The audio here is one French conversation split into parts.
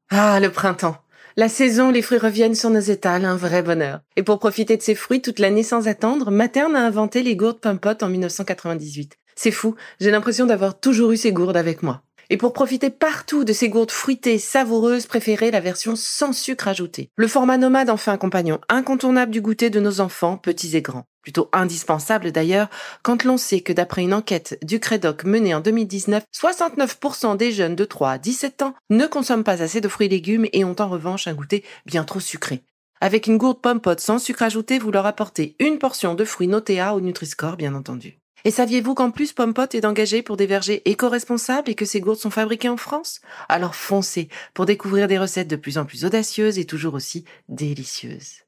Ah, le printemps. La saison où les fruits reviennent sur nos étals, un vrai bonheur. Et pour profiter de ces fruits toute l'année sans attendre, Materne a inventé les gourdes Pum-Pot en 1998. C'est fou, j'ai l'impression d'avoir toujours eu ces gourdes avec moi. Et pour profiter partout de ces gourdes fruitées, savoureuses, préférez la version sans sucre ajouté. Le format nomade en fait un compagnon incontournable du goûter de nos enfants, petits et grands. Plutôt indispensable d'ailleurs, quand l'on sait que d'après une enquête du Crédoc menée en 2019, 69% des jeunes de 3 à 17 ans ne consomment pas assez de fruits et légumes et ont en revanche un goûter bien trop sucré. Avec une gourde Pum-Pot sans sucre ajouté, vous leur apportez une portion de fruits notés A au Nutri-Score, bien entendu. Et saviez-vous qu'en plus Pum-Pot est engagé pour des vergers éco-responsables et que ces gourdes sont fabriquées en France? Alors foncez pour découvrir des recettes de plus en plus audacieuses et toujours aussi délicieuses.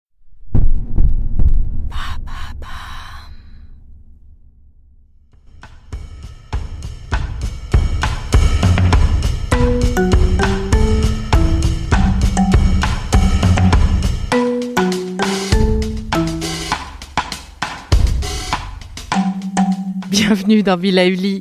Bienvenue dans Villa Uli.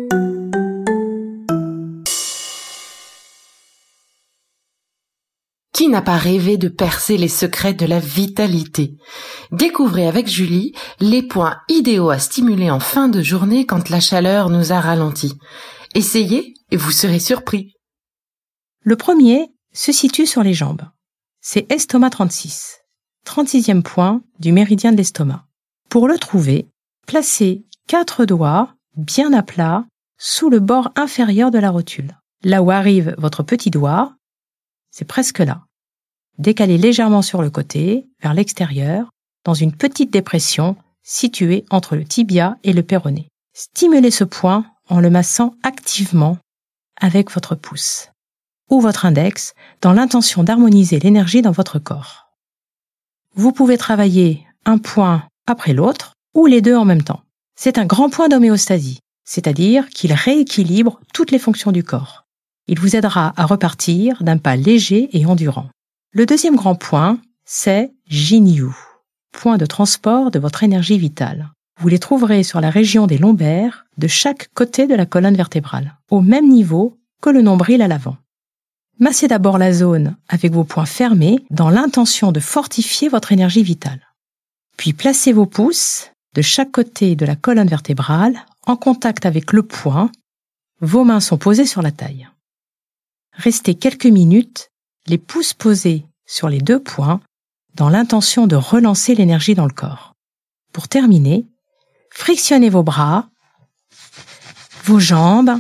Qui n'a pas rêvé de percer les secrets de la vitalité? Découvrez avec Julie les points idéaux à stimuler en fin de journée quand la chaleur nous a ralentis. Essayez et vous serez surpris. Le premier se situe sur les jambes. C'est estomac 36, 36e point du méridien de l'estomac. Pour le trouver, placez 4 doigts bien à plat sous le bord inférieur de la rotule. Là où arrive votre petit doigt, c'est presque là. Décalez légèrement sur le côté, vers l'extérieur, dans une petite dépression située entre le tibia et le péroné. Stimulez ce point en le massant activement avec votre pouce ou votre index dans l'intention d'harmoniser l'énergie dans votre corps. Vous pouvez travailler un point après l'autre ou les deux en même temps. C'est un grand point d'homéostasie, c'est-à-dire qu'il rééquilibre toutes les fonctions du corps. Il vous aidera à repartir d'un pas léger et endurant. Le deuxième grand point, c'est Jin-Yu, point de transport de votre énergie vitale. Vous les trouverez sur la région des lombaires de chaque côté de la colonne vertébrale, au même niveau que le nombril à l'avant. Massez d'abord la zone avec vos poings fermés dans l'intention de fortifier votre énergie vitale. Puis placez vos pouces de chaque côté de la colonne vertébrale en contact avec le poing. Vos mains sont posées sur la taille. Restez quelques minutes, les pouces posés sur les deux points, dans l'intention de relancer l'énergie dans le corps. Pour terminer, frictionnez vos bras, vos jambes,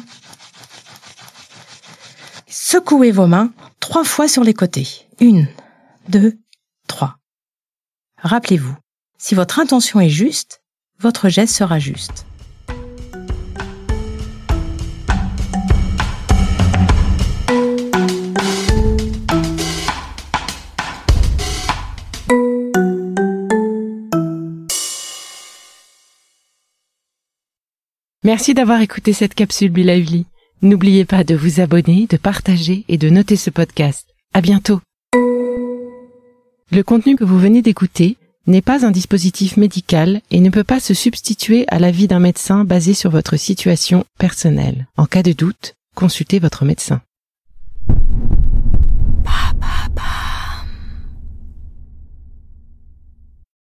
secouez vos mains 3 fois sur les côtés. 1, 2, 3. Rappelez-vous, si votre intention est juste, votre geste sera juste. Merci d'avoir écouté cette capsule Villa Uli. N'oubliez pas de vous abonner, de partager et de noter ce podcast. À bientôt. Le contenu que vous venez d'écouter n'est pas un dispositif médical et ne peut pas se substituer à l'avis d'un médecin basé sur votre situation personnelle. En cas de doute, consultez votre médecin.